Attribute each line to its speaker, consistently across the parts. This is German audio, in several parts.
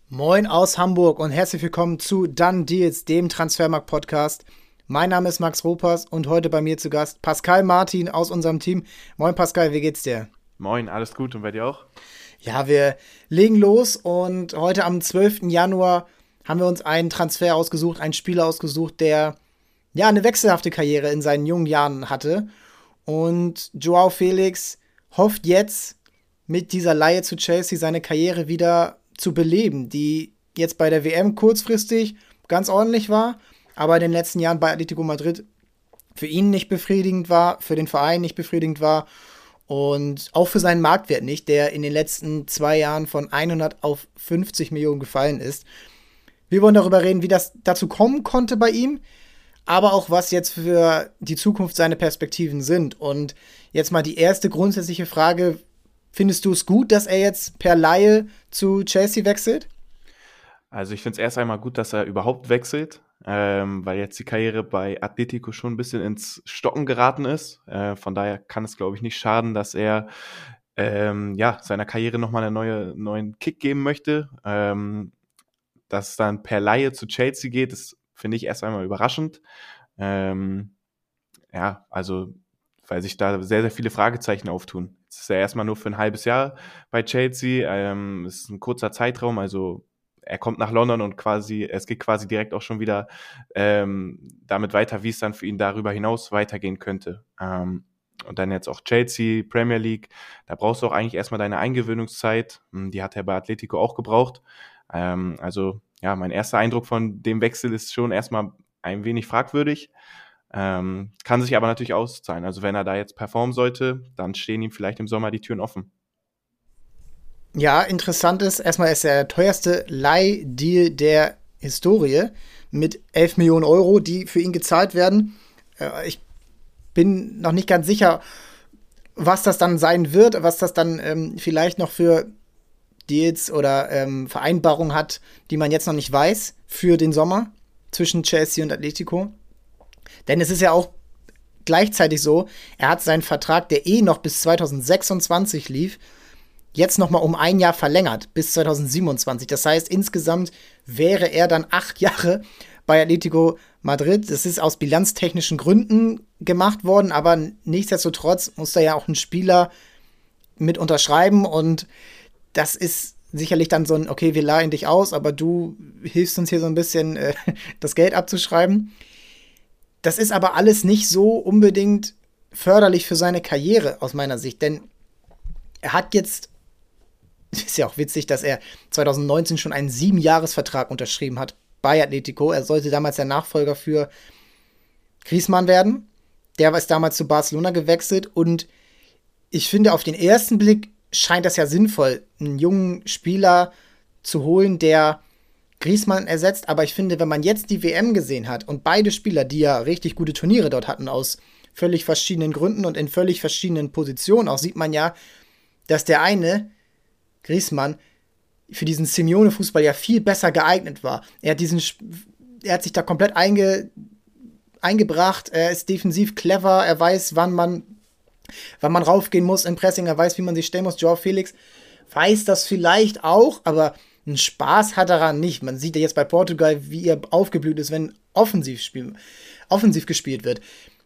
Speaker 1: Moin aus Hamburg und herzlich willkommen zu Done Deals, dem Transfermarkt-Podcast. Mein Name ist Max Ropers und heute bei mir zu Gast Pascal Martin aus unserem Team. Moin Pascal, wie geht's dir?
Speaker 2: Moin, alles gut und bei dir auch?
Speaker 1: Ja, wir legen los und heute am 12. Januar haben wir uns einen Transfer ausgesucht, einen Spieler ausgesucht, der ja eine wechselhafte Karriere in seinen jungen Jahren hatte. Und Joao Felix hofft jetzt mit dieser Leihe zu Chelsea seine Karriere wieder zu beleben, die jetzt bei der WM kurzfristig ganz ordentlich war, aber in den letzten Jahren bei Atletico Madrid für ihn nicht befriedigend war, für den Verein nicht befriedigend war und auch für seinen Marktwert nicht, der in den letzten 2 Jahren von 100 auf 50 Millionen gefallen ist. Wir wollen darüber reden, wie das dazu kommen konnte bei ihm, aber auch was jetzt für die Zukunft seine Perspektiven sind. Und jetzt mal die erste grundsätzliche Frage: Findest du es gut, dass er jetzt per Laie zu Chelsea wechselt?
Speaker 2: Also ich finde es erst einmal gut, dass er überhaupt wechselt, weil jetzt die Karriere bei Atletico schon ein bisschen ins Stocken geraten ist. Von daher kann es, glaube ich, nicht schaden, dass er ja, seiner Karriere nochmal einen neuen Kick geben möchte. Dass es dann per Laie zu Chelsea geht, das finde ich erst einmal überraschend. Ähm, ja, also weil sich da sehr, sehr viele Fragezeichen auftun. Es ist ja erstmal nur für ein halbes Jahr bei Chelsea. Es ist ein kurzer Zeitraum, also er kommt nach London und es geht quasi direkt auch schon wieder damit weiter, wie es dann für ihn darüber hinaus weitergehen könnte. Und dann jetzt auch Chelsea, Premier League, da brauchst du auch eigentlich erstmal deine Eingewöhnungszeit. Die hat er bei Atletico auch gebraucht. Also ja, mein erster Eindruck von dem Wechsel ist schon erstmal ein wenig fragwürdig. Kann sich aber natürlich auszahlen. Also wenn er da jetzt performen sollte, dann stehen ihm vielleicht im Sommer die Türen offen.
Speaker 1: Ja, interessant ist, erstmal ist er der teuerste Leihdeal der Historie mit 11 Millionen Euro, die für ihn gezahlt werden. Ich bin noch nicht ganz sicher, was das dann sein wird, was das dann vielleicht noch für Deals oder Vereinbarungen hat, die man jetzt noch nicht weiß für den Sommer zwischen Chelsea und Atletico. Denn es ist ja auch gleichzeitig so, er hat seinen Vertrag, der noch bis 2026 lief, jetzt noch mal um ein Jahr verlängert, bis 2027. Das heißt, insgesamt wäre er dann 8 Jahre bei Atletico Madrid. Das ist aus bilanztechnischen Gründen gemacht worden, aber nichtsdestotrotz muss da ja auch ein Spieler mit unterschreiben und das ist sicherlich dann so ein, okay, wir leihen dich aus, aber du hilfst uns hier so ein bisschen das Geld abzuschreiben. Das ist aber alles nicht so unbedingt förderlich für seine Karriere aus meiner Sicht, denn er hat jetzt, ist ja auch witzig, dass er 2019 schon einen 7-Jahres-Vertrag unterschrieben hat bei Atletico. Er sollte damals der Nachfolger für Griezmann werden. Der ist damals zu Barcelona gewechselt und ich finde, auf den ersten Blick scheint das ja sinnvoll, einen jungen Spieler zu holen, der Griezmann ersetzt. Aber ich finde, wenn man jetzt die WM gesehen hat und beide Spieler, die ja richtig gute Turniere dort hatten, aus völlig verschiedenen Gründen und in völlig verschiedenen Positionen, auch sieht man ja, dass der eine, Griezmann, für diesen Simeone-Fußball ja viel besser geeignet war. Er hat sich da komplett eingebracht, er ist defensiv clever, er weiß, wann man raufgehen muss im Pressing, er weiß, wie man sich stellen muss. Joao Felix weiß das vielleicht auch, aber einen Spaß hat er daran nicht. Man sieht ja jetzt bei Portugal, wie er aufgeblüht ist, wenn offensiv gespielt wird.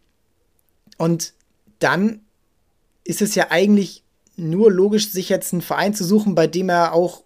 Speaker 1: Und dann ist es ja eigentlich nur logisch, sich jetzt einen Verein zu suchen, bei dem er auch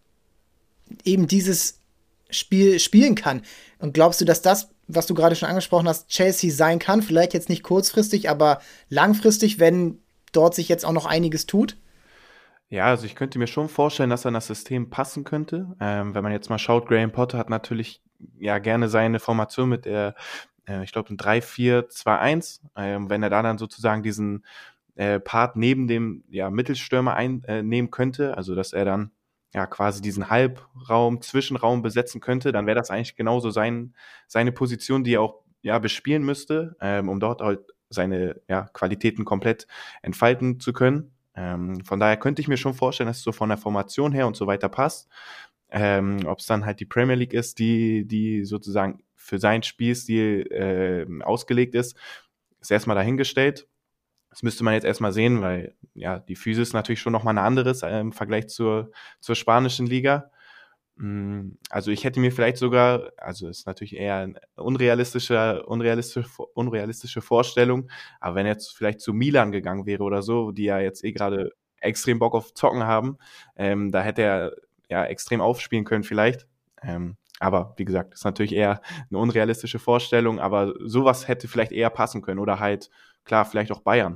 Speaker 1: eben dieses Spiel spielen kann. Und glaubst du, dass das, was du gerade schon angesprochen hast, Chelsea sein kann? Vielleicht jetzt nicht kurzfristig, aber langfristig, wenn dort sich jetzt auch noch einiges tut?
Speaker 2: Ja, also ich könnte mir schon vorstellen, dass er in das System passen könnte. Wenn man jetzt mal schaut, Graham Potter hat natürlich ja gerne seine Formation mit der, ich glaube, ein 3-4-2-1. Wenn er da dann sozusagen diesen Part neben dem ja, Mittelstürmer einnehmen könnte, also dass er dann ja quasi diesen Halbraum, Zwischenraum besetzen könnte, dann wäre das eigentlich genauso seine Position, die er auch ja bespielen müsste, um dort halt seine ja, Qualitäten komplett entfalten zu können. Von daher könnte ich mir schon vorstellen, dass es so von der Formation her und so weiter passt. Ob es dann halt die Premier League ist, die sozusagen für seinen Spielstil ausgelegt ist erstmal dahingestellt. Das müsste man jetzt erstmal sehen, weil ja die Physis natürlich schon nochmal eine andere ist im Vergleich zur spanischen Liga. Also ich hätte mir vielleicht sogar, also ist natürlich eher eine unrealistische Vorstellung, aber wenn er jetzt vielleicht zu Milan gegangen wäre oder so, die ja jetzt gerade extrem Bock auf Zocken haben, da hätte er ja extrem aufspielen können vielleicht. Aber wie gesagt, ist natürlich eher eine unrealistische Vorstellung, aber sowas hätte vielleicht eher passen können oder halt, klar, vielleicht auch Bayern.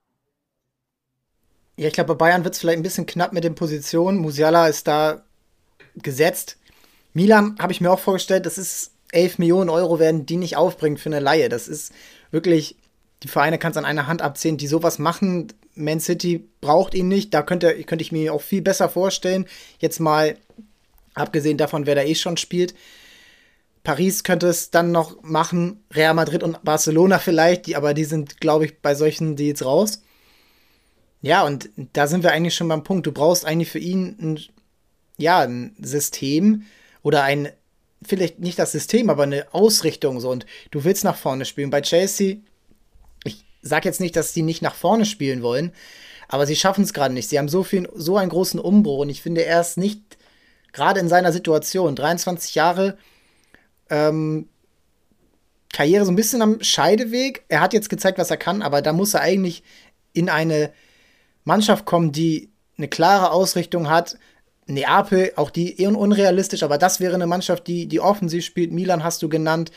Speaker 1: Ja, ich glaube, bei Bayern wird es vielleicht ein bisschen knapp mit den Positionen. Musiala ist da gesetzt. Milan habe ich mir auch vorgestellt, das ist 11 Millionen Euro werden die nicht aufbringen für eine Laie. Das ist wirklich, die Vereine kannst an einer Hand abzählen, die sowas machen. Man City braucht ihn nicht. Da könnte ich mir auch viel besser vorstellen. Jetzt mal abgesehen davon, wer da eh schon spielt. Paris könnte es dann noch machen. Real Madrid und Barcelona vielleicht, aber die sind, glaube ich, bei solchen Deals raus. Ja, und da sind wir eigentlich schon beim Punkt. Du brauchst eigentlich für ihn ein System oder vielleicht nicht das System, aber eine Ausrichtung so. Und du willst nach vorne spielen. Bei Chelsea, ich sag jetzt nicht, dass die nicht nach vorne spielen wollen, aber sie schaffen es gerade nicht. Sie haben so einen großen Umbruch und ich finde, er ist nicht gerade in seiner Situation, 23 Jahre, ähm, Karriere so ein bisschen am Scheideweg. Er hat jetzt gezeigt, was er kann, aber da muss er eigentlich in eine Mannschaft kommen, die eine klare Ausrichtung hat. Neapel, auch die eher unrealistisch, aber das wäre eine Mannschaft, die offensiv spielt. Milan hast du genannt.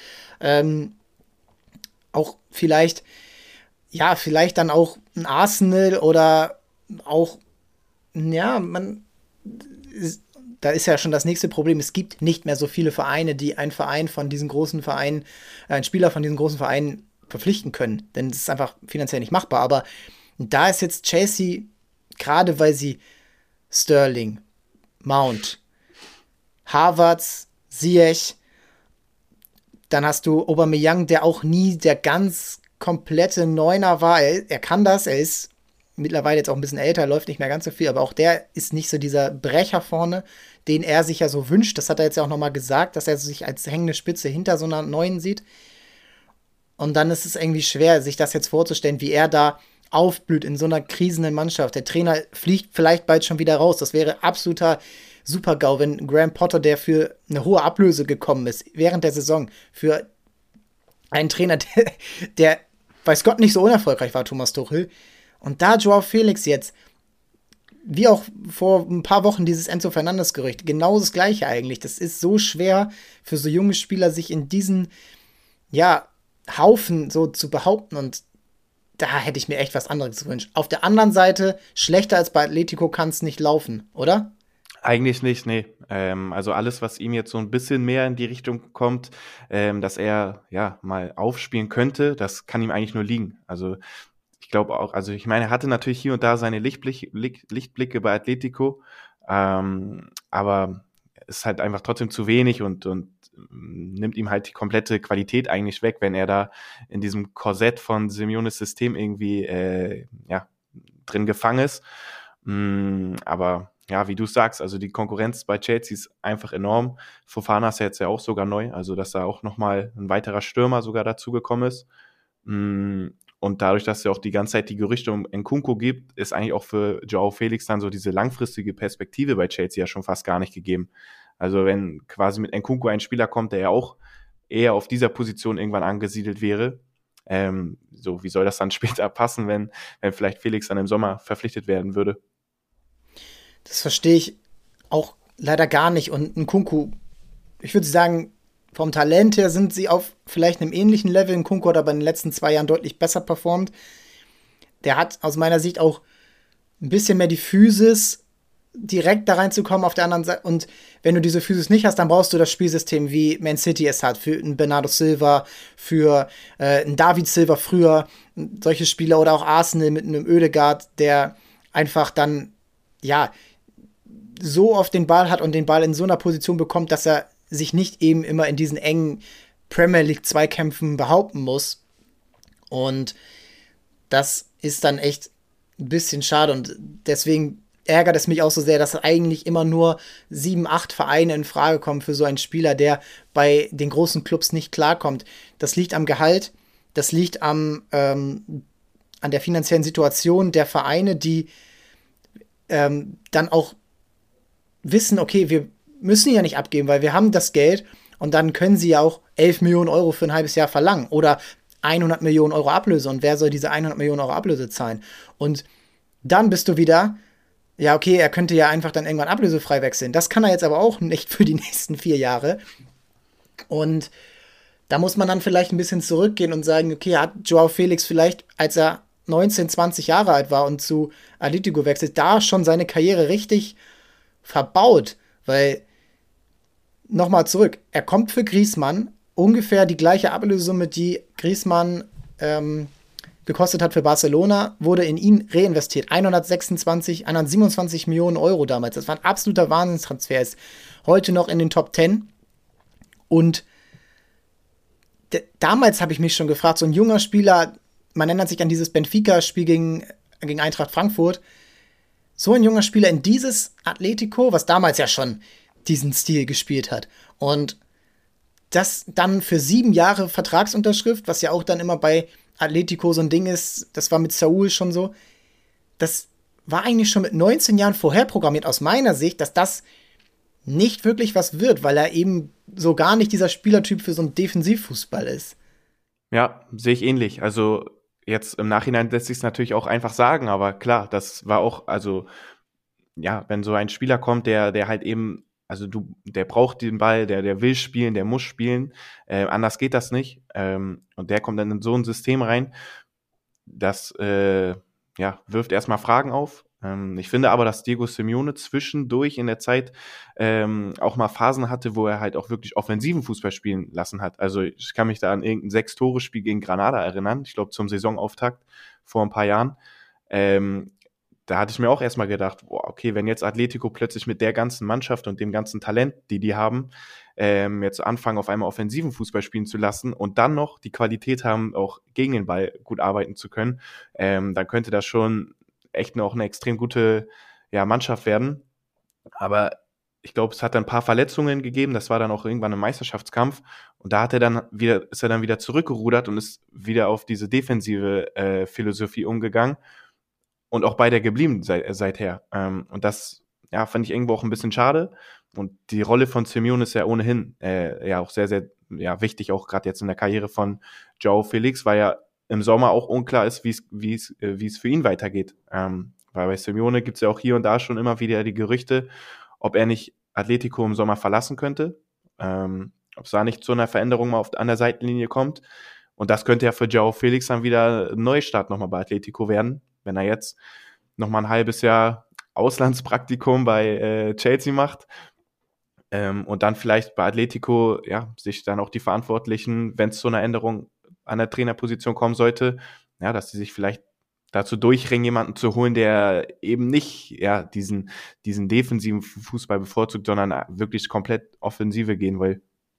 Speaker 1: Auch vielleicht dann auch ein Arsenal oder auch, ja, da ist ja schon das nächste Problem. Es gibt nicht mehr so viele Vereine, die einen Spieler von diesen großen Vereinen verpflichten können. Denn es ist einfach finanziell nicht machbar. Aber da ist jetzt Chelsea, gerade weil sie Sterling, Mount, Havertz, Ziyech, dann hast du Aubameyang, der auch nie der ganz komplette Neuner war. Er kann das, er ist mittlerweile jetzt auch ein bisschen älter, läuft nicht mehr ganz so viel, aber auch der ist nicht so dieser Brecher vorne, den er sich ja so wünscht. Das hat er jetzt ja auch nochmal gesagt, dass er sich als hängende Spitze hinter so einer Neuen sieht. Und dann ist es irgendwie schwer, sich das jetzt vorzustellen, wie er da aufblüht in so einer krisenden Mannschaft. Der Trainer fliegt vielleicht bald schon wieder raus. Das wäre absoluter Super-GAU, wenn Graham Potter, der für eine hohe Ablöse gekommen ist, während der Saison, für einen Trainer, der weiß Gott nicht so unerfolgreich war, Thomas Tuchel. Und da Joao Felix jetzt, wie auch vor ein paar Wochen dieses Enzo Fernandes-Gerücht, genau das Gleiche eigentlich. Das ist so schwer für so junge Spieler, sich in diesen, Haufen so zu behaupten. Und da hätte ich mir echt was anderes gewünscht. Auf der anderen Seite, schlechter als bei Atletico kann es nicht laufen, oder?
Speaker 2: Eigentlich nicht, nee. Also alles, was ihm jetzt so ein bisschen mehr in die Richtung kommt, dass er ja mal aufspielen könnte, das kann ihm eigentlich nur liegen. Also ich glaube auch, also ich meine, er hatte natürlich hier und da seine Lichtblicke bei Atletico, aber es ist halt einfach trotzdem zu wenig und nimmt ihm halt die komplette Qualität eigentlich weg, wenn er da in diesem Korsett von Simeones System irgendwie drin gefangen ist. Aber ja, wie du sagst, also die Konkurrenz bei Chelsea ist einfach enorm. Fofana ist ja jetzt ja auch sogar neu, also dass da auch nochmal ein weiterer Stürmer sogar dazugekommen ist. Und dadurch, dass es ja auch die ganze Zeit die Gerüchte um Nkunku gibt, ist eigentlich auch für Joao Felix dann so diese langfristige Perspektive bei Chelsea ja schon fast gar nicht gegeben. Also wenn quasi mit Nkunku ein Spieler kommt, der ja auch eher auf dieser Position irgendwann angesiedelt wäre, so wie soll das dann später passen, wenn vielleicht Felix dann im Sommer verpflichtet werden würde?
Speaker 1: Das verstehe ich auch leider gar nicht. Und Nkunku, ich würde sagen, vom Talent her sind sie auf vielleicht einem ähnlichen Level. Nkunku hat aber in den letzten 2 Jahren deutlich besser performt. Der hat aus meiner Sicht auch ein bisschen mehr die Physis, direkt da reinzukommen auf der anderen Seite. Und wenn du diese Physis nicht hast, dann brauchst du das Spielsystem, wie Man City es hat, für einen Bernardo Silva, für einen David Silva früher, solche Spieler oder auch Arsenal mit einem Oedegaard, der einfach dann, so oft den Ball hat und den Ball in so einer Position bekommt, dass er sich nicht eben immer in diesen engen Premier League Zweikämpfen behaupten muss. Und das ist dann echt ein bisschen schade und deswegen ärgert es mich auch so sehr, dass eigentlich immer nur 7, 8 Vereine in Frage kommen für so einen Spieler, der bei den großen Clubs nicht klarkommt. Das liegt am Gehalt, das liegt an der finanziellen Situation der Vereine, die dann auch wissen, okay, wir müssen die ja nicht abgeben, weil wir haben das Geld und dann können sie ja auch 11 Millionen Euro für ein halbes Jahr verlangen oder 100 Millionen Euro Ablöse. Und wer soll diese 100 Millionen Euro Ablöse zahlen? Und dann bist du wieder, ja, okay, er könnte ja einfach dann irgendwann ablösefrei wechseln. Das kann er jetzt aber auch nicht für die nächsten 4 Jahre. Und da muss man dann vielleicht ein bisschen zurückgehen und sagen, okay, hat Joao Felix vielleicht, als er 19, 20 Jahre alt war und zu Atletico wechselt, da schon seine Karriere richtig verbaut. Weil, nochmal zurück, er kommt für Griezmann, ungefähr die gleiche Ablösesumme, die Griezmann gekostet hat für Barcelona, wurde in ihn reinvestiert. 127 Millionen Euro damals. Das war ein absoluter Wahnsinnstransfer. Ist heute noch in den Top 10. Und damals habe ich mich schon gefragt, so ein junger Spieler, man erinnert sich an dieses Benfica-Spiel gegen Eintracht Frankfurt, so ein junger Spieler in dieses Atletico, was damals ja schon diesen Stil gespielt hat. Und das dann für 7 Jahre Vertragsunterschrift, was ja auch dann immer bei Atletico so ein Ding ist, das war mit Saúl schon so, das war eigentlich schon mit 19 Jahren vorherprogrammiert aus meiner Sicht, dass das nicht wirklich was wird, weil er eben so gar nicht dieser Spielertyp für so einen Defensivfußball ist.
Speaker 2: Ja, sehe ich ähnlich. Also jetzt im Nachhinein lässt sich es natürlich auch einfach sagen, aber klar, das war auch, also ja, wenn so ein Spieler kommt, der halt eben, also der braucht den Ball, der will spielen, der muss spielen, anders geht das nicht. Und der kommt dann in so ein System rein, das wirft erstmal Fragen auf. Ich finde aber, dass Diego Simeone zwischendurch in der Zeit auch mal Phasen hatte, wo er halt auch wirklich offensiven Fußball spielen lassen hat. Also ich kann mich da an irgendein 6-Tore-Spiel gegen Granada erinnern, ich glaube zum Saisonauftakt vor ein paar Jahren. Da hatte ich mir auch erstmal gedacht, boah, okay, wenn jetzt Atletico plötzlich mit der ganzen Mannschaft und dem ganzen Talent, die haben, jetzt anfangen, auf einmal offensiven Fußball spielen zu lassen und dann noch die Qualität haben, auch gegen den Ball gut arbeiten zu können, dann könnte das schon echt noch eine extrem gute Mannschaft werden. Aber ich glaube, es hat dann ein paar Verletzungen gegeben, das war dann auch irgendwann im Meisterschaftskampf und da ist er dann wieder zurückgerudert und ist wieder auf diese defensive Philosophie umgegangen. Und auch bei der geblieben seither. Und das, fand ich irgendwo auch ein bisschen schade. Und die Rolle von Simeone ist ja ohnehin auch sehr, sehr wichtig, auch gerade jetzt in der Karriere von Joao Felix, weil ja im Sommer auch unklar ist, wie es für ihn weitergeht. Weil bei Simeone gibt es ja auch hier und da schon immer wieder die Gerüchte, ob er nicht Atletico im Sommer verlassen könnte, ob es da nicht zu einer Veränderung mal an der Seitenlinie kommt. Und das könnte ja für Joao Felix dann wieder ein Neustart nochmal bei Atletico werden, wenn er jetzt nochmal ein halbes Jahr Auslandspraktikum bei Chelsea macht und dann vielleicht bei Atletico sich dann auch die Verantwortlichen, wenn es zu einer Änderung an der Trainerposition kommen sollte, dass sie sich vielleicht dazu durchringen, jemanden zu holen, der eben nicht diesen defensiven Fußball bevorzugt, sondern wirklich komplett Offensive gehen will.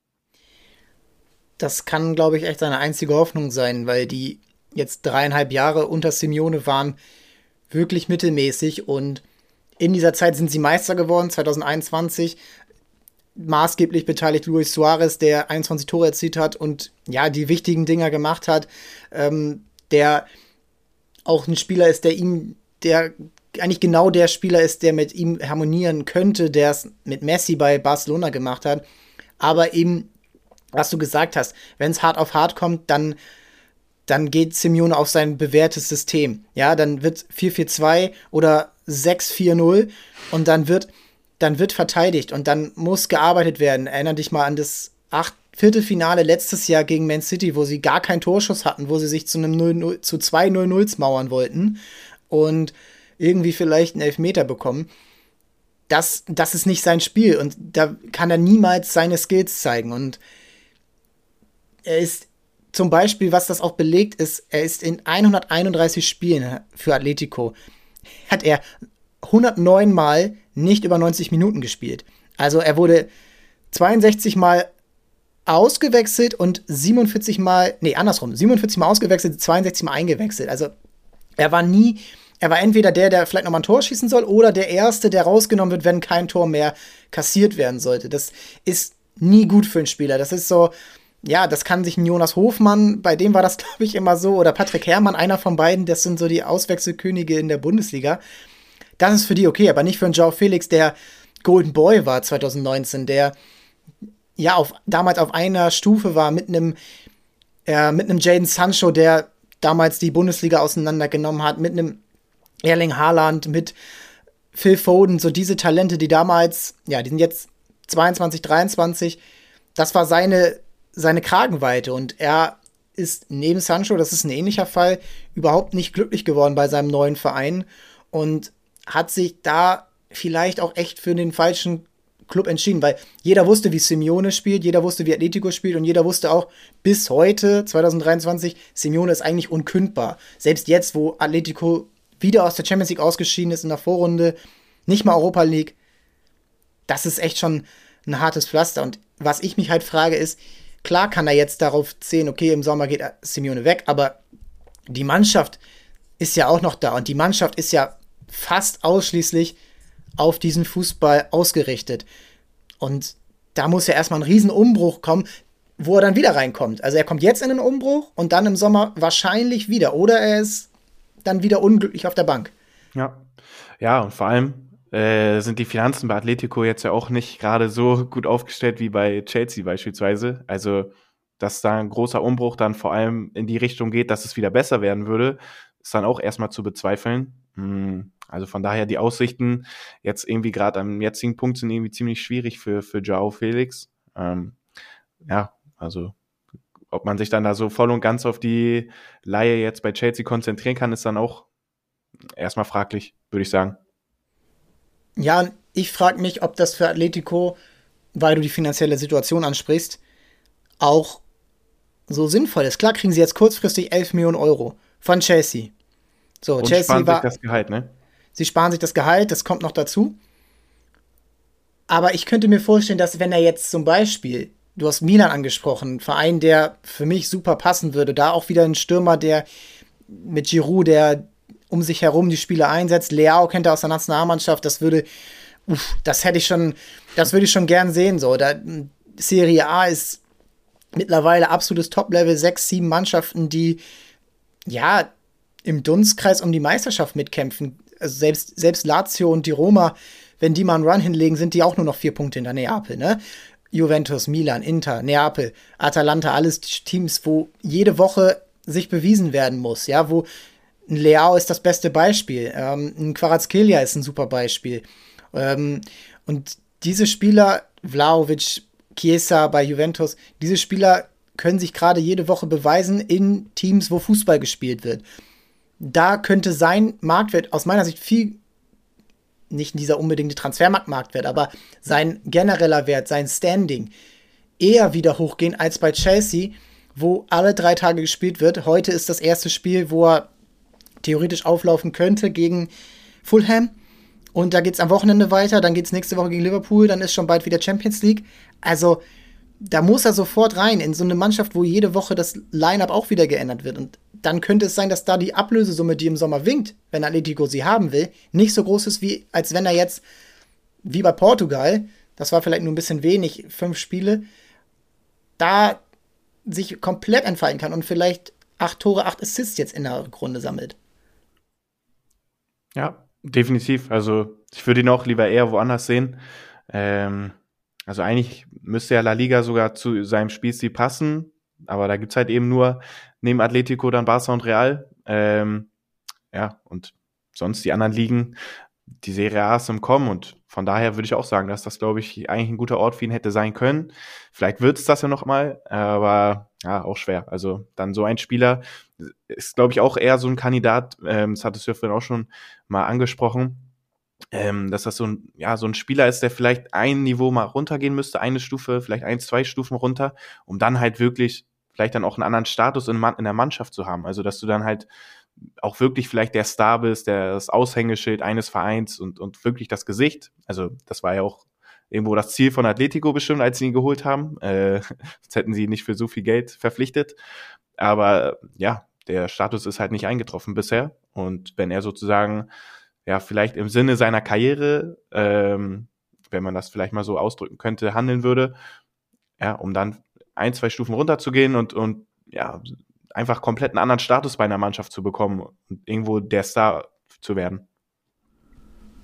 Speaker 1: Das kann, glaube ich, echt seine einzige Hoffnung sein, weil die jetzt 3,5 Jahre unter Simeone waren wirklich mittelmäßig und in dieser Zeit sind sie Meister geworden, 2021, maßgeblich beteiligt Luis Suarez, der 21 Tore erzielt hat und die wichtigen Dinger gemacht hat, der auch ein Spieler ist, der eigentlich genau der Spieler ist, der mit ihm harmonieren könnte, der es mit Messi bei Barcelona gemacht hat, aber eben, was du gesagt hast, wenn es hart auf hart kommt, dann geht Simeone auf sein bewährtes System. Ja, dann wird 4-4-2 oder 6-4-0 und dann wird verteidigt und dann muss gearbeitet werden. Erinner dich mal an das Viertelfinale letztes Jahr gegen Man City, wo sie gar keinen Torschuss hatten, wo sie sich zu 2 0-0s mauern wollten und irgendwie vielleicht einen Elfmeter bekommen. Das ist nicht sein Spiel und da kann er niemals seine Skills zeigen und er ist zum Beispiel, was das auch belegt ist, er ist in 131 Spielen für Atletico, hat er 109 Mal nicht über 90 Minuten gespielt. Also er wurde 62 Mal ausgewechselt und 47 Mal ausgewechselt, 62 Mal eingewechselt. Also er war entweder der vielleicht nochmal ein Tor schießen soll oder der Erste, der rausgenommen wird, wenn kein Tor mehr kassiert werden sollte. Das ist nie gut für einen Spieler. Das ist so, das kann sich ein Jonas Hofmann, bei dem war das, glaube ich, immer so, oder Patrick Herrmann, einer von beiden, das sind so die Auswechselkönige in der Bundesliga. Das ist für die okay, aber nicht für einen Joao Felix, der Golden Boy war 2019, der ja damals auf einer Stufe war mit einem Jadon Sancho, der damals die Bundesliga auseinandergenommen hat, mit einem Erling Haaland, mit Phil Foden, so diese Talente, die damals, ja, die sind jetzt 22, 23, das war seine Kragenweite und er ist neben Sancho, das ist ein ähnlicher Fall, überhaupt nicht glücklich geworden bei seinem neuen Verein und hat sich da vielleicht auch echt für den falschen Club entschieden, weil jeder wusste, wie Simeone spielt, jeder wusste, wie Atletico spielt und jeder wusste auch bis heute, 2023, Simeone ist eigentlich unkündbar. Selbst jetzt, wo Atletico wieder aus der Champions League ausgeschieden ist in der Vorrunde, nicht mal Europa League, das ist echt schon ein hartes Pflaster. Und was ich mich halt frage ist, klar kann er jetzt darauf zählen, okay, im Sommer geht Simeone weg, aber die Mannschaft ist ja auch noch da und die Mannschaft ist ja fast ausschließlich auf diesen Fußball ausgerichtet. Und da muss ja erstmal ein Riesenumbruch kommen, wo er dann wieder reinkommt. Also er kommt jetzt in den Umbruch und dann im Sommer wahrscheinlich wieder. Oder er ist dann wieder unglücklich auf der Bank.
Speaker 2: Ja, ja, und vor allem sind die Finanzen bei Atletico jetzt ja auch nicht gerade so gut aufgestellt wie bei Chelsea beispielsweise. Also, dass da ein großer Umbruch dann vor allem in die Richtung geht, dass es wieder besser werden würde, ist dann auch erstmal zu bezweifeln. Also von daher die Aussichten jetzt irgendwie gerade am jetzigen Punkt sind irgendwie ziemlich schwierig für Joao Felix. Ja, also ob man sich dann da so voll und ganz auf die Leihe jetzt bei Chelsea konzentrieren kann, ist dann auch erstmal fraglich, würde ich sagen.
Speaker 1: Ja, ich frage mich, ob das für Atletico, weil du die finanzielle Situation ansprichst, auch so sinnvoll ist. Klar kriegen sie jetzt kurzfristig 11 Millionen Euro von Chelsea. So,
Speaker 2: Und
Speaker 1: Chelsea
Speaker 2: sparen sich das Gehalt, ne?
Speaker 1: Sie sparen sich das Gehalt, das kommt noch dazu. Aber ich könnte mir vorstellen, dass wenn er jetzt zum Beispiel, du hast Milan angesprochen, ein Verein, der für mich super passen würde, da auch wieder ein Stürmer, der mit Giroud, der um sich herum die Spieler einsetzt, Leao kennt er aus der Nationalmannschaft, das würde ich schon gern sehen, so. Serie A ist mittlerweile absolutes Top-Level, 6, 7 Mannschaften, die, ja, im Dunstkreis um die Meisterschaft mitkämpfen. Also selbst Lazio und die Roma, wenn die mal einen Run hinlegen, sind die auch nur noch 4 Punkte hinter Neapel, ne? Juventus, Milan, Inter, Neapel, Atalanta, alles Teams, wo jede Woche sich bewiesen werden muss, ja, wo ein Leao ist das beste Beispiel, ein Kvaratskhelia ist ein super Beispiel. Und diese Spieler, Vlahovic, Chiesa bei Juventus, diese Spieler können sich gerade jede Woche beweisen in Teams, wo Fußball gespielt wird. Da könnte sein Marktwert aus meiner Sicht viel, nicht dieser unbedingte Transfermarktwert, aber sein genereller Wert, sein Standing eher wieder hochgehen als bei Chelsea, wo alle 3 Tage gespielt wird. Heute ist das erste Spiel, wo er theoretisch auflaufen könnte gegen Fulham. Und da geht es am Wochenende weiter, dann geht es nächste Woche gegen Liverpool, dann ist schon bald wieder Champions League. Also da muss er sofort rein in so eine Mannschaft, wo jede Woche das Line-Up auch wieder geändert wird. Und dann könnte es sein, dass da die Ablösesumme, die im Sommer winkt, wenn Atletico sie haben will, nicht so groß ist, wie als wenn er jetzt, wie bei Portugal, das war vielleicht nur ein bisschen wenig, 5 Spiele, da sich komplett entfalten kann und vielleicht 8 Tore, 8 Assists jetzt in der Runde sammelt.
Speaker 2: Ja, definitiv. Also ich würde ihn auch lieber eher woanders sehen. Also eigentlich müsste ja La Liga sogar zu seinem Spielstil passen, aber da gibt's halt eben nur neben Atletico dann Barca und Real. Ja, und sonst die anderen Ligen, die Serie A ist im Kommen und von daher würde ich auch sagen, dass das, glaube ich, eigentlich ein guter Ort für ihn hätte sein können. Vielleicht wird es das ja noch mal, aber ja, auch schwer. Also dann so ein Spieler ist, glaube ich, auch eher so ein Kandidat, das hattest du ja vorhin auch schon mal angesprochen, dass das so ein Spieler ist, der vielleicht ein Niveau mal runtergehen müsste, eine Stufe, vielleicht 1, 2 Stufen runter, um dann halt wirklich vielleicht dann auch einen anderen Status in der Mannschaft zu haben. Also dass du dann halt auch wirklich vielleicht der Star bist, das Aushängeschild eines Vereins und wirklich das Gesicht. Also das war ja auch irgendwo das Ziel von Atletico bestimmt, als sie ihn geholt haben. Sonst hätten sie ihn nicht für so viel Geld verpflichtet. Aber ja, der Status ist halt nicht eingetroffen bisher. Und wenn er sozusagen ja vielleicht im Sinne seiner Karriere, wenn man das vielleicht mal so ausdrücken könnte, handeln würde, ja, um dann 1, 2 Stufen runterzugehen und ja, einfach komplett einen anderen Status bei einer Mannschaft zu bekommen und irgendwo der Star zu werden.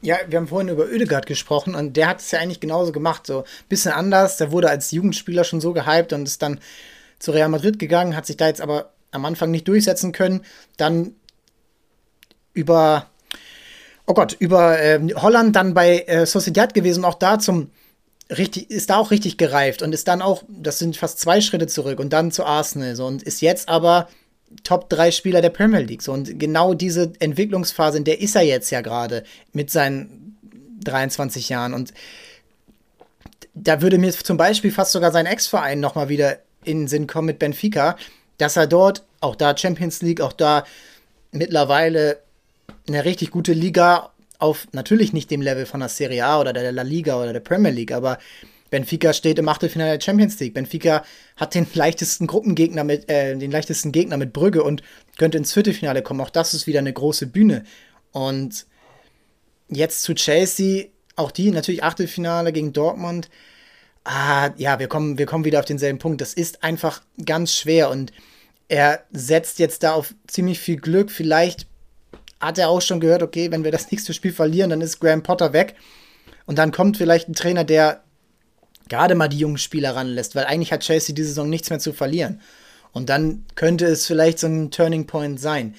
Speaker 1: Ja, wir haben vorhin über Ødegaard gesprochen und der hat es ja eigentlich genauso gemacht, so ein bisschen anders. Der wurde als Jugendspieler schon so gehypt und ist dann zu Real Madrid gegangen, hat sich da jetzt aber am Anfang nicht durchsetzen können. Dann über, oh Gott, über Holland dann bei Sociedad gewesen, auch da ist da auch richtig gereift und ist dann auch, das sind fast 2 Schritte zurück und dann zu Arsenal so und ist jetzt aber Top 3 Spieler der Premier League. So, und genau diese Entwicklungsphase, in der ist er jetzt ja gerade mit seinen 23 Jahren. Und da würde mir zum Beispiel fast sogar sein Ex-Verein nochmal wieder in den Sinn kommen mit Benfica, dass er dort, auch da Champions League, auch da mittlerweile eine richtig gute Liga auf natürlich nicht dem Level von der Serie A oder der La Liga oder der Premier League, aber Benfica steht im Achtelfinale der Champions League. Benfica hat den leichtesten Gegner mit Brügge und könnte ins Viertelfinale kommen. Auch das ist wieder eine große Bühne. Und jetzt zu Chelsea, auch die natürlich Achtelfinale gegen Dortmund. Ja, wir kommen wieder auf denselben Punkt. Das ist einfach ganz schwer und er setzt jetzt da auf ziemlich viel Glück. Vielleicht hat er auch schon gehört, okay, wenn wir das nächste Spiel verlieren, dann ist Graham Potter weg. Und dann kommt vielleicht ein Trainer, der gerade mal die jungen Spieler ranlässt, weil eigentlich hat Chelsea diese Saison nichts mehr zu verlieren. Und dann könnte es vielleicht so ein Turning Point sein.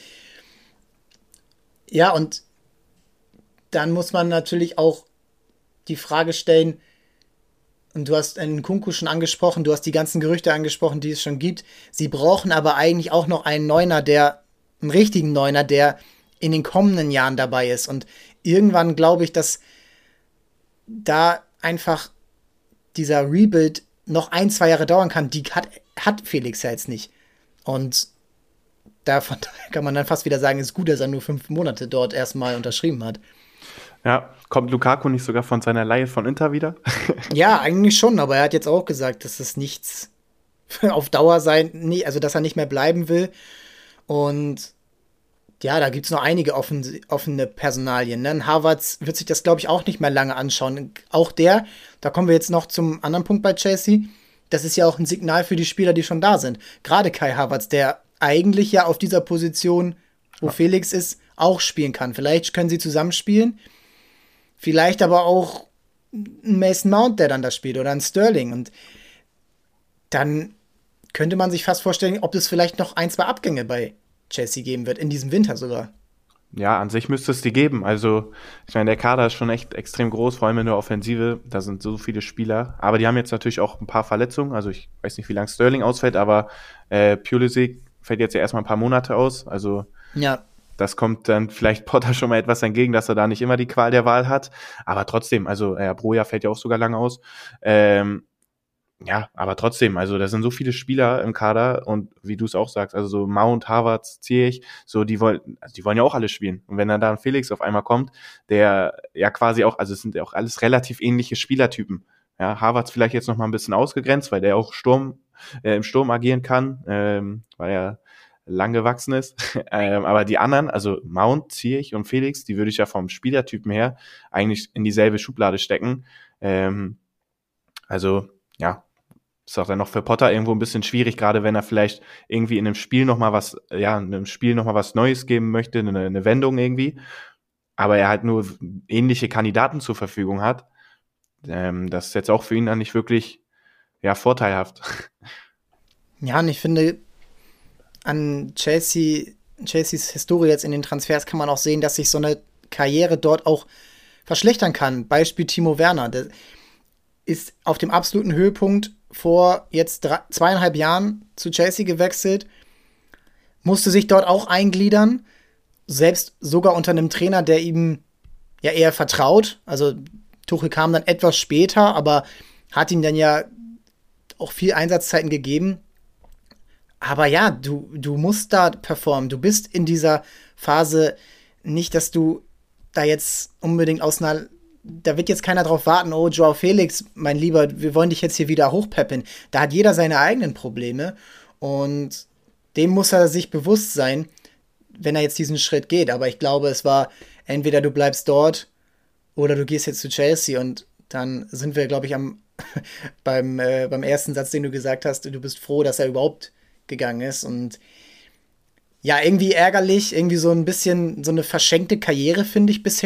Speaker 1: Ja, und dann muss man natürlich auch die Frage stellen, und du hast einen Nkunku schon angesprochen, du hast die ganzen Gerüchte angesprochen, die es schon gibt. Sie brauchen aber eigentlich auch noch einen einen richtigen Neuner, der in den kommenden Jahren dabei ist. Und irgendwann glaube ich, dass da einfach dieser Rebuild noch 1, 2 Jahre dauern kann. Die hat Felix ja jetzt nicht. Und davon kann man dann fast wieder sagen, es ist gut, dass er nur 5 Monate dort erstmal unterschrieben hat.
Speaker 2: Ja, kommt Lukaku nicht sogar von seiner Leihe von Inter wieder?
Speaker 1: Ja, eigentlich schon, aber er hat jetzt auch gesagt, dass es nichts auf Dauer also dass er nicht mehr bleiben will. Und ja, da gibt es noch einige offene Personalien. Ne? Havertz wird sich das, glaube ich, auch nicht mehr lange anschauen. Auch da kommen wir jetzt noch zum anderen Punkt bei Chelsea, das ist ja auch ein Signal für die Spieler, die schon da sind. Gerade Kai Havertz, der eigentlich ja auf dieser Position, wo Felix ist, auch spielen kann. Vielleicht können sie zusammenspielen. Vielleicht aber auch ein Mason Mount, der dann da spielt, oder ein Sterling. Und dann könnte man sich fast vorstellen, ob es vielleicht noch 1, 2 Abgänge bei Chelsea geben wird, in diesem Winter sogar.
Speaker 2: Ja, an sich müsste es die geben. Also, ich meine, der Kader ist schon echt extrem groß, vor allem in der Offensive. Da sind so viele Spieler. Aber die haben jetzt natürlich auch ein paar Verletzungen. Also, ich weiß nicht, wie lange Sterling ausfällt, aber Pulisic fällt jetzt ja erstmal ein paar Monate aus. Also,
Speaker 1: Ja,
Speaker 2: das kommt dann vielleicht Potter schon mal etwas entgegen, dass er da nicht immer die Qual der Wahl hat. Aber trotzdem, also Broja fällt ja auch sogar lange aus. Ja, aber trotzdem, also da sind so viele Spieler im Kader und wie du es auch sagst, also so Mount, Havertz, Ziyech, so die wollen ja auch alle spielen. Und wenn dann da ein Felix auf einmal kommt, der ja quasi auch, also es sind ja auch alles relativ ähnliche Spielertypen. Ja, Havertz vielleicht jetzt noch mal ein bisschen ausgegrenzt, weil der auch im Sturm agieren kann, weil er lang gewachsen ist. Aber die anderen, also Mount, Ziyech und Felix, die würde ich ja vom Spielertypen her eigentlich in dieselbe Schublade stecken. Also, ja, ist auch dann noch für Potter irgendwo ein bisschen schwierig, gerade wenn er vielleicht irgendwie in einem Spiel noch mal was Neues geben möchte, eine Wendung irgendwie. Aber er halt nur ähnliche Kandidaten zur Verfügung hat. Das ist jetzt auch für ihn dann nicht wirklich, ja, vorteilhaft.
Speaker 1: ja, und ich finde, an Chelseas Historie jetzt in den Transfers kann man auch sehen, dass sich so eine Karriere dort auch verschlechtern kann. Beispiel Timo Werner, der ist auf dem absoluten Höhepunkt vor jetzt 2,5 Jahren zu Chelsea gewechselt, musste sich dort auch eingliedern, selbst sogar unter einem Trainer, der ihm ja eher vertraut. Also Tuchel kam dann etwas später, aber hat ihm dann ja auch viel Einsatzzeiten gegeben. Aber ja, du musst da performen. Du bist in dieser Phase nicht, dass du da jetzt unbedingt da wird jetzt keiner drauf warten, oh, Joao Felix, mein Lieber, wir wollen dich jetzt hier wieder hochpeppen. Da hat jeder seine eigenen Probleme und dem muss er sich bewusst sein, wenn er jetzt diesen Schritt geht. Aber ich glaube, es war entweder du bleibst dort oder du gehst jetzt zu Chelsea und dann sind wir, glaube ich, beim ersten Satz, den du gesagt hast, du bist froh, dass er überhaupt gegangen ist und ja, irgendwie ärgerlich, irgendwie so ein bisschen so eine verschenkte Karriere, finde ich bisher.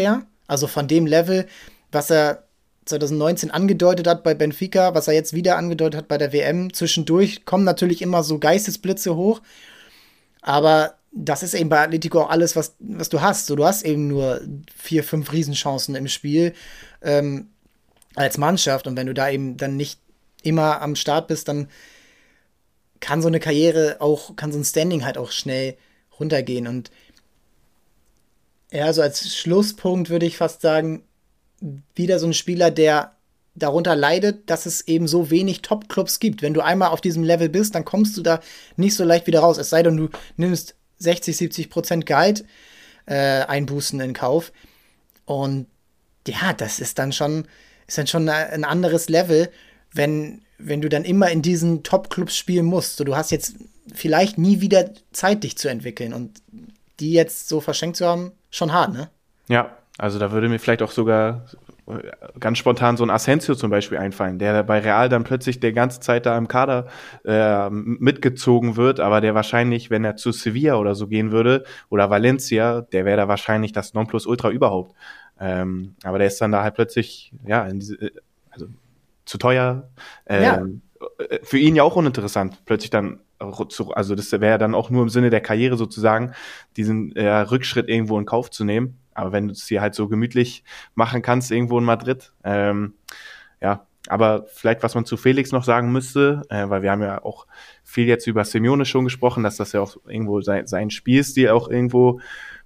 Speaker 1: Also von dem Level, was er 2019 angedeutet hat bei Benfica, was er jetzt wieder angedeutet hat bei der WM. Zwischendurch kommen natürlich immer so Geistesblitze hoch, aber das ist eben bei Atletico auch alles, was du hast. So, du hast eben nur 4, 5 Riesenchancen im Spiel als Mannschaft, und wenn du da eben dann nicht immer am Start bist, dann kann so eine Karriere auch, kann so ein Standing halt auch schnell runtergehen. Und ja, so als Schlusspunkt würde ich fast sagen, wieder so ein Spieler, der darunter leidet, dass es eben so wenig Top-Clubs gibt. Wenn du einmal auf diesem Level bist, dann kommst du da nicht so leicht wieder raus. Es sei denn, du nimmst 60-70% Gehalt Einbußen in Kauf. Und ja, das ist dann schon ein anderes Level, wenn du dann immer in diesen Top-Clubs spielen musst. So, du hast jetzt vielleicht nie wieder Zeit, dich zu entwickeln. Und die jetzt so verschenkt zu haben, schon hart, ne?
Speaker 2: Ja, also da würde mir vielleicht auch sogar ganz spontan so ein Asensio zum Beispiel einfallen, der bei Real dann plötzlich die ganze Zeit da im Kader mitgezogen wird, aber der wahrscheinlich, wenn er zu Sevilla oder so gehen würde, oder Valencia, der wäre da wahrscheinlich das Nonplusultra überhaupt. Aber der ist dann da halt plötzlich, ja, also zu teuer. Für ihn ja auch uninteressant, plötzlich dann, also das wäre dann auch nur im Sinne der Karriere sozusagen, diesen Rückschritt irgendwo in Kauf zu nehmen. Aber wenn du es dir halt so gemütlich machen kannst, irgendwo in Madrid, ja, aber vielleicht, was man zu Felix noch sagen müsste, weil wir haben ja auch viel jetzt über Simeone schon gesprochen, dass das ja auch irgendwo sein Spielstil auch irgendwo,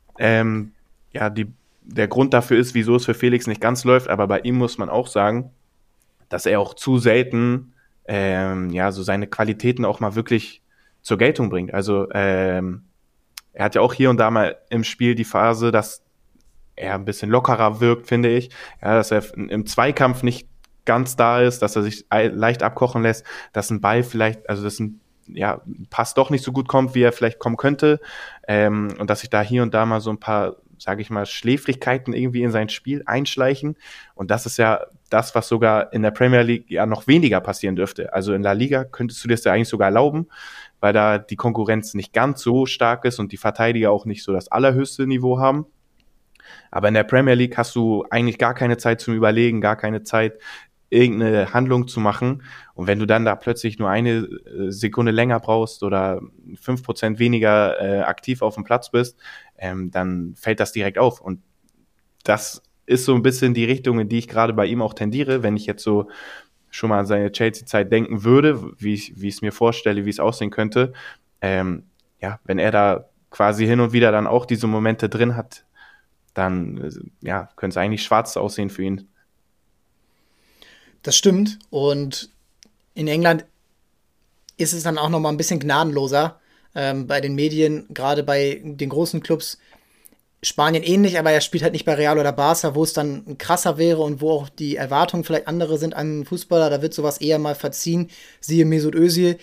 Speaker 2: der Grund dafür ist, wieso es für Felix nicht ganz läuft, aber bei ihm muss man auch sagen, dass er auch zu selten, so seine Qualitäten auch mal wirklich zur Geltung bringt. Also, er hat ja auch hier und da mal im Spiel die Phase, dass er ein bisschen lockerer wirkt, finde ich. Ja, dass er im Zweikampf nicht ganz da ist, dass er sich leicht abkochen lässt, dass ein Ball vielleicht, also dass ein Pass doch nicht so gut kommt, wie er vielleicht kommen könnte. Und dass sich da hier und da mal so ein paar, sage ich mal, Schläfrigkeiten irgendwie in sein Spiel einschleichen. Und das ist ja das, was sogar in der Premier League ja noch weniger passieren dürfte. Also in La Liga könntest du dir das ja eigentlich sogar erlauben, weil da die Konkurrenz nicht ganz so stark ist und die Verteidiger auch nicht so das allerhöchste Niveau haben. Aber in der Premier League hast du eigentlich gar keine Zeit zum Überlegen, gar keine Zeit, irgendeine Handlung zu machen. Und wenn du dann da plötzlich nur eine Sekunde länger brauchst oder 5% weniger aktiv auf dem Platz bist, dann fällt das direkt auf. Und das ist so ein bisschen die Richtung, in die ich gerade bei ihm auch tendiere, wenn ich jetzt so schon mal an seine Chelsea-Zeit denken würde, wie ich es mir vorstelle, wie es aussehen könnte. Wenn er da quasi hin und wieder dann auch diese Momente drin hat, dann könnte es eigentlich schwarz aussehen für ihn.
Speaker 1: Das stimmt. Und in England ist es dann auch noch mal ein bisschen gnadenloser bei den Medien, gerade bei den großen Clubs. Spanien ähnlich, aber er spielt halt nicht bei Real oder Barca, wo es dann krasser wäre und wo auch die Erwartungen vielleicht andere sind an einen Fußballer. Da wird sowas eher mal verziehen. Siehe Mesut Özil.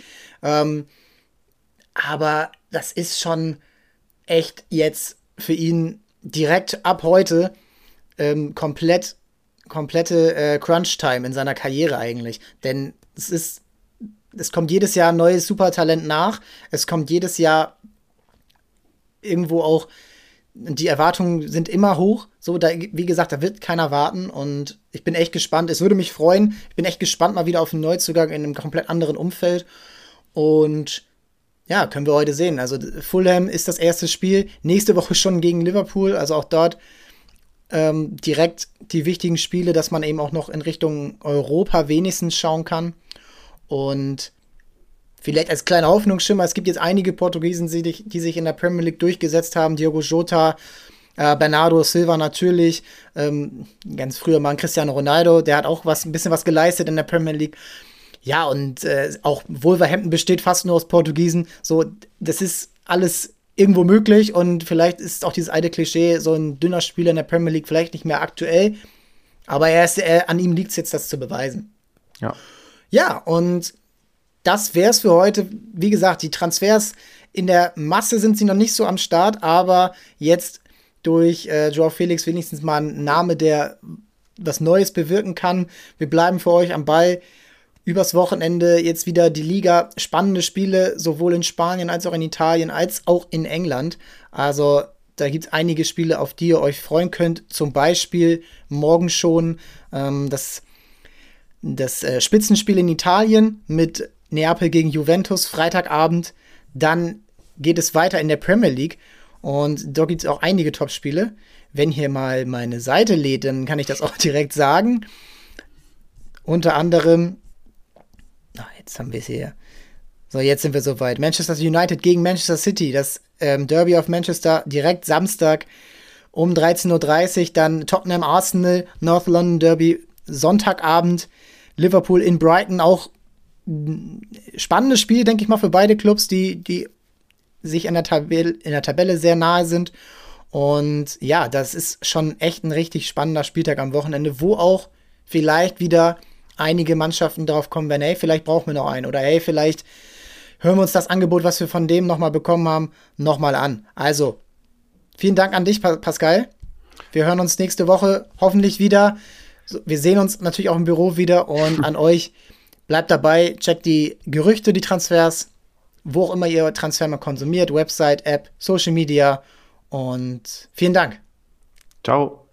Speaker 1: Aber das ist schon echt jetzt für ihn direkt ab heute komplette Crunch-Time in seiner Karriere eigentlich. Denn es kommt jedes Jahr ein neues Supertalent nach. Es kommt jedes Jahr irgendwo auch, die Erwartungen sind immer hoch. So, da, wie gesagt, da wird keiner warten. Und ich bin echt gespannt. Es würde mich freuen. Ich bin echt gespannt mal wieder auf einen Neuzugang in einem komplett anderen Umfeld. Und ja, können wir heute sehen. Also Fulham ist das erste Spiel. Nächste Woche schon gegen Liverpool. Also auch dort direkt die wichtigen Spiele, dass man eben auch noch in Richtung Europa wenigstens schauen kann. Und vielleicht als kleiner Hoffnungsschimmer, es gibt jetzt einige Portugiesen, die sich in der Premier League durchgesetzt haben. Diogo Jota, Bernardo Silva natürlich, ganz früher mal Cristiano Ronaldo, der hat auch ein bisschen was geleistet in der Premier League. Ja, und auch Wolverhampton besteht fast nur aus Portugiesen. So, das ist alles irgendwo möglich, und vielleicht ist auch dieses alte Klischee, so ein dünner Spieler in der Premier League vielleicht nicht mehr aktuell, aber an ihm liegt es jetzt, das zu beweisen.
Speaker 2: Ja.
Speaker 1: Ja, und das wär's für heute. Wie gesagt, die Transfers in der Masse sind sie noch nicht so am Start, aber jetzt durch Joao Felix wenigstens mal ein Name, der was Neues bewirken kann. Wir bleiben für euch am Ball. Übers Wochenende jetzt wieder die Liga, spannende Spiele, sowohl in Spanien als auch in Italien, als auch in England. Also Da gibt es einige Spiele, auf die ihr euch freuen könnt. Zum Beispiel morgen schon das Spitzenspiel in Italien mit Neapel gegen Juventus, Freitagabend. Dann geht es weiter in der Premier League. Und dort gibt es auch einige Top-Spiele. Wenn hier mal meine Seite lädt, dann kann ich das auch direkt sagen. Unter anderem, jetzt haben wir es hier. So, jetzt sind wir soweit. Manchester United gegen Manchester City. Das Derby of Manchester direkt Samstag um 13:30 Uhr. Dann Tottenham Arsenal, North London Derby Sonntagabend. Liverpool in Brighton, auch ein spannendes Spiel, denke ich mal, für beide Clubs, die sich in der Tabelle sehr nahe sind. Und ja, das ist schon echt ein richtig spannender Spieltag am Wochenende, wo auch vielleicht wieder einige Mannschaften drauf kommen werden, hey, vielleicht brauchen wir noch einen. Oder hey, vielleicht hören wir uns das Angebot, was wir von dem nochmal bekommen haben, nochmal an. Also, vielen Dank an dich, Pascal. Wir hören uns nächste Woche hoffentlich wieder. Wir sehen uns natürlich auch im Büro wieder. Und an euch, bleibt dabei, checkt die Gerüchte, die Transfers, wo auch immer ihr Transfer mal konsumiert, Website, App, Social Media. Und vielen Dank.
Speaker 2: Ciao.